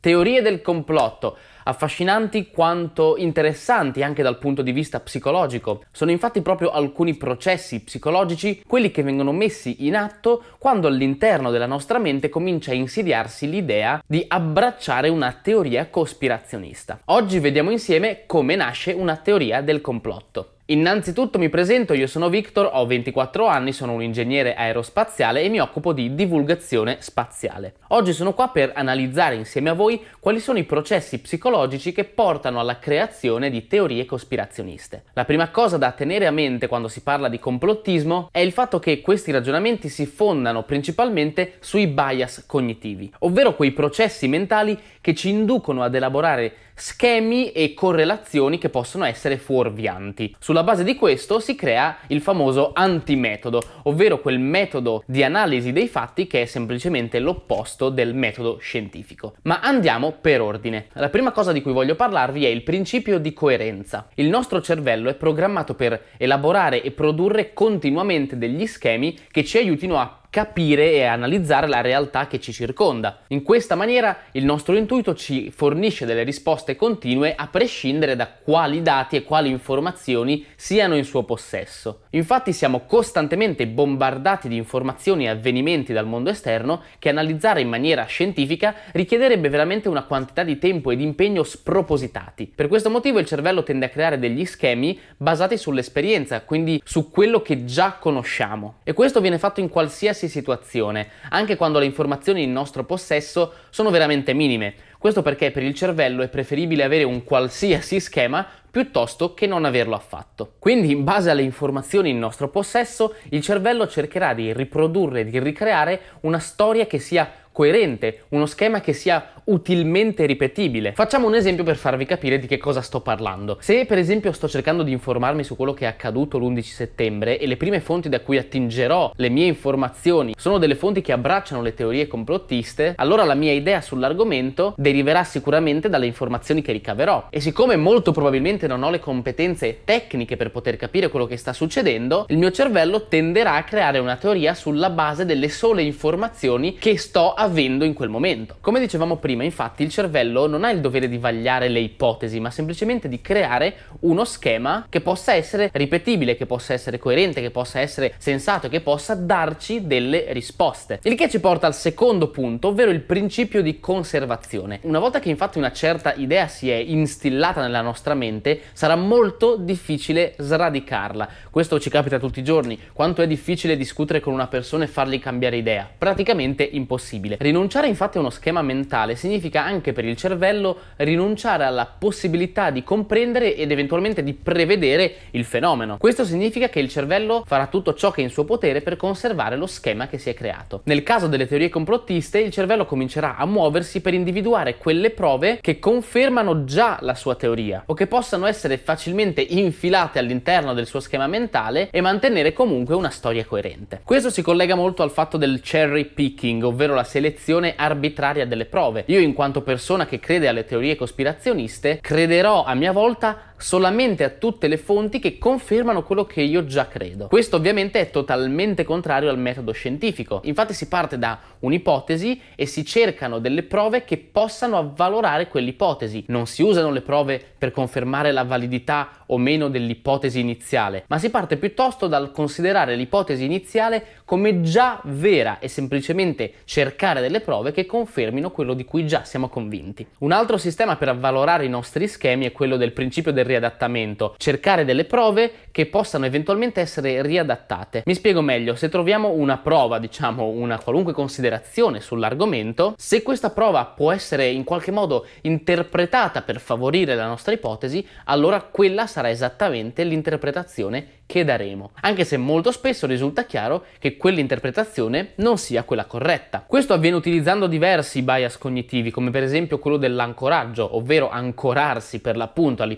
Teorie del complotto, affascinanti quanto interessanti anche dal punto di vista psicologico. Sono infatti proprio alcuni processi psicologici quelli che vengono messi in atto quando all'interno della nostra mente comincia a insidiarsi l'idea di abbracciare una teoria cospirazionista. Oggi vediamo insieme come nasce una teoria del complotto. Innanzitutto mi presento, io sono Victor, ho 24 anni, sono un ingegnere aerospaziale e mi occupo di divulgazione spaziale. Oggi sono qua per analizzare insieme a voi quali sono i processi psicologici che portano alla creazione di teorie cospirazioniste. La prima cosa da tenere a mente quando si parla di complottismo è il fatto che questi ragionamenti si fondano principalmente sui bias cognitivi, ovvero quei processi mentali che ci inducono ad elaborare schemi e correlazioni che possono essere fuorvianti. Sulla base di questo si crea il famoso antimetodo, ovvero quel metodo di analisi dei fatti che è semplicemente l'opposto del metodo scientifico. Ma andiamo per ordine. La prima cosa di cui voglio parlarvi è il principio di coerenza. Il nostro cervello è programmato per elaborare e produrre continuamente degli schemi che ci aiutino a capire e analizzare la realtà che ci circonda. In questa maniera il nostro intuito ci fornisce delle risposte continue a prescindere da quali dati e quali informazioni siano in suo possesso. Infatti siamo costantemente bombardati di informazioni e avvenimenti dal mondo esterno che analizzare in maniera scientifica richiederebbe veramente una quantità di tempo ed impegno spropositati. Per questo motivo il cervello tende a creare degli schemi basati sull'esperienza, quindi su quello che già conosciamo. E questo viene fatto in qualsiasi situazione, anche quando le informazioni in nostro possesso sono veramente minime. Questo perché per il cervello è preferibile avere un qualsiasi schema piuttosto che non averlo affatto. Quindi, in base alle informazioni in nostro possesso, il cervello cercherà di riprodurre, di ricreare una storia che sia coerente, uno schema che sia utilmente ripetibile. Facciamo un esempio per farvi capire di che cosa sto parlando. Se per esempio sto cercando di informarmi su quello che è accaduto l'11 settembre e le prime fonti da cui attingerò le mie informazioni sono delle fonti che abbracciano le teorie complottiste, allora la mia idea sull'argomento deriverà sicuramente dalle informazioni che ricaverò. E siccome molto probabilmente non ho le competenze tecniche per poter capire quello che sta succedendo, il mio cervello tenderà a creare una teoria sulla base delle sole informazioni che sto avendo in quel momento. Come dicevamo prima, infatti, il cervello non ha il dovere di vagliare le ipotesi, ma semplicemente di creare uno schema che possa essere ripetibile, che possa essere coerente, che possa essere sensato e che possa darci delle risposte. Il che ci porta al secondo punto, ovvero il principio di conservazione. Una volta che infatti una certa idea si è instillata nella nostra mente, sarà molto difficile sradicarla. Questo ci capita tutti i giorni. Quanto è difficile discutere con una persona e fargli cambiare idea? Praticamente impossibile. Rinunciare infatti a uno schema mentale significa anche per il cervello rinunciare alla possibilità di comprendere ed eventualmente di prevedere il fenomeno. Questo significa che il cervello farà tutto ciò che è in suo potere per conservare lo schema che si è creato. Nel caso delle teorie complottiste, il cervello comincerà a muoversi per individuare quelle prove che confermano già la sua teoria o che possano essere facilmente infilate all'interno del suo schema mentale e mantenere comunque una storia coerente. Questo si collega molto al fatto del cherry picking, ovvero la selezione arbitraria delle prove. Io, in quanto persona che crede alle teorie cospirazioniste, crederò a mia volta solamente a tutte le fonti che confermano quello che io già credo. Questo ovviamente è totalmente contrario al metodo scientifico. Infatti si parte da un'ipotesi e si cercano delle prove che possano avvalorare quell'ipotesi. Non si usano le prove per confermare la validità o meno dell'ipotesi iniziale, ma si parte piuttosto dal considerare l'ipotesi iniziale come già vera e semplicemente cercare delle prove che confermino quello di cui già siamo convinti. Un altro sistema per avvalorare i nostri schemi è quello del principio del riadattamento, cercare delle prove che possano eventualmente essere riadattate. Mi spiego meglio: se troviamo una prova, diciamo una qualunque considerazione sull'argomento, se questa prova può essere in qualche modo interpretata per favorire la nostra ipotesi, allora quella sarà esattamente l'interpretazione che daremo, anche se molto spesso risulta chiaro che quell'interpretazione non sia quella corretta. Questo avviene utilizzando diversi bias cognitivi, come per esempio quello dell'ancoraggio, ovvero ancorarsi per l'appunto all'ipotesi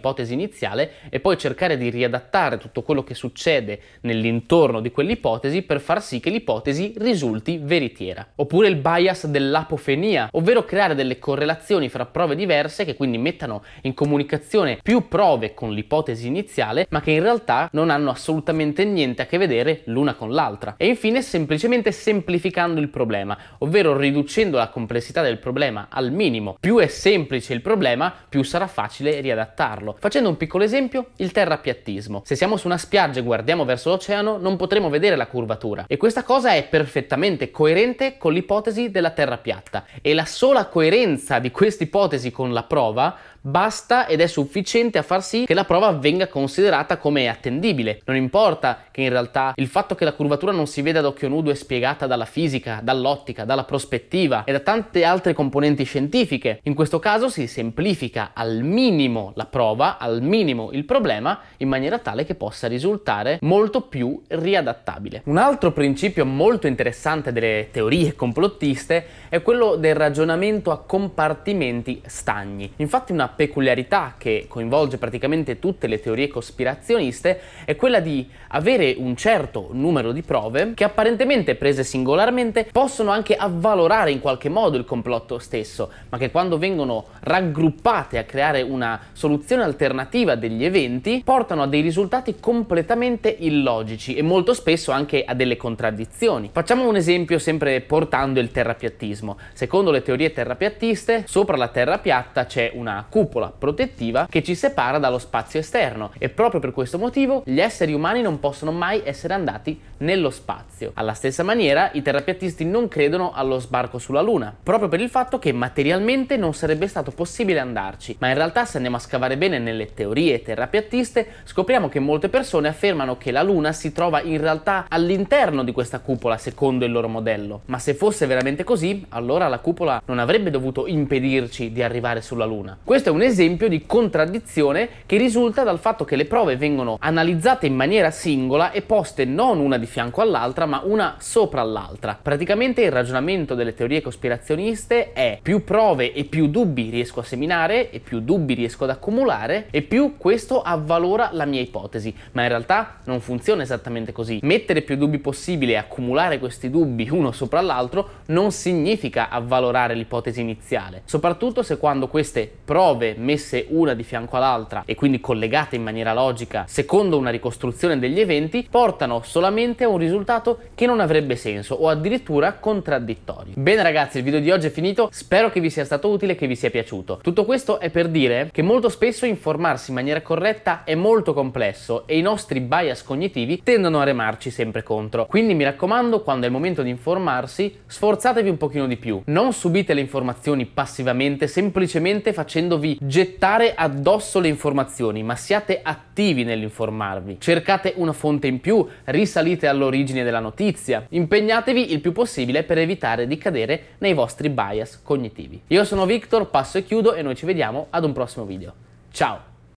iniziale e poi cercare di riadattare tutto quello che succede nell'intorno di quell'ipotesi per far sì che l'ipotesi risulti veritiera. Oppure il bias dell'apofenia, ovvero creare delle correlazioni fra prove diverse che quindi mettano in comunicazione più prove con l'ipotesi iniziale, ma che in realtà non hanno assolutamente niente a che vedere l'una con l'altra. E infine semplicemente semplificando il problema, ovvero riducendo la complessità del problema al minimo. Più è semplice il problema, più sarà facile riadattarlo. Facendo un piccolo esempio, il terrapiattismo. Se siamo su una spiaggia e guardiamo verso l'oceano, non potremo vedere la curvatura. E questa cosa è perfettamente coerente con l'ipotesi della terra piatta. E la sola coerenza di questa ipotesi con la prova basta ed è sufficiente a far sì che la prova venga considerata come attendibile. Non importa che in realtà il fatto che la curvatura non si veda ad occhio nudo è spiegata dalla fisica, dall'ottica, dalla prospettiva e da tante altre componenti scientifiche. In questo caso si semplifica al minimo la prova, al minimo il problema, in maniera tale che possa risultare molto più riadattabile. Un altro principio molto interessante delle teorie complottiste è quello del ragionamento a compartimenti stagni. Infatti una peculiarità che coinvolge praticamente tutte le teorie cospirazioniste è quella di avere un certo numero di prove che apparentemente prese singolarmente possono anche avvalorare in qualche modo il complotto stesso, ma che quando vengono raggruppate a creare una soluzione alternativa degli eventi portano a dei risultati completamente illogici e molto spesso anche a delle contraddizioni. Facciamo un esempio sempre portando il terrapiattismo. Secondo le teorie terrapiattiste, sopra la terra piatta c'è una cupola protettiva che ci separa dallo spazio esterno e proprio per questo motivo gli esseri umani non possono mai essere andati nello spazio. Alla stessa maniera i terrapiattisti non credono allo sbarco sulla Luna, proprio per il fatto che materialmente non sarebbe stato possibile andarci, ma in realtà se andiamo a scavare bene nelle teorie terrapiattiste scopriamo che molte persone affermano che la Luna si trova in realtà all'interno di questa cupola secondo il loro modello, ma se fosse veramente così allora la cupola non avrebbe dovuto impedirci di arrivare sulla Luna. Questo è un esempio di contraddizione che risulta dal fatto che le prove vengono analizzate in maniera singola e poste non una di fianco all'altra ma una sopra l'altra. Praticamente il ragionamento delle teorie cospirazioniste è: più prove e più dubbi riesco a seminare e più dubbi riesco ad accumulare e più questo avvalora la mia ipotesi, ma in realtà non funziona esattamente così. Mettere più dubbi possibili e accumulare questi dubbi uno sopra l'altro non significa avvalorare l'ipotesi iniziale, soprattutto se quando queste prove messe una di fianco all'altra e quindi collegate in maniera logica secondo una ricostruzione degli eventi portano solamente a un risultato che non avrebbe senso o addirittura contraddittorio. Bene ragazzi, il video di oggi è finito, spero che vi sia stato utile e che vi sia piaciuto. Tutto questo è per dire che molto spesso informarsi in maniera corretta è molto complesso e i nostri bias cognitivi tendono a remarci sempre contro. Quindi mi raccomando, quando è il momento di informarsi, sforzatevi un pochino di più. Non subite le informazioni passivamente semplicemente facendovi gettare addosso le informazioni, ma siate attivi nell'informarvi. Cercate una fonte in più, risalite all'origine della notizia, impegnatevi il più possibile per evitare di cadere nei vostri bias cognitivi. Io sono Victor, passo e chiudo e noi ci vediamo ad un prossimo video. Ciao!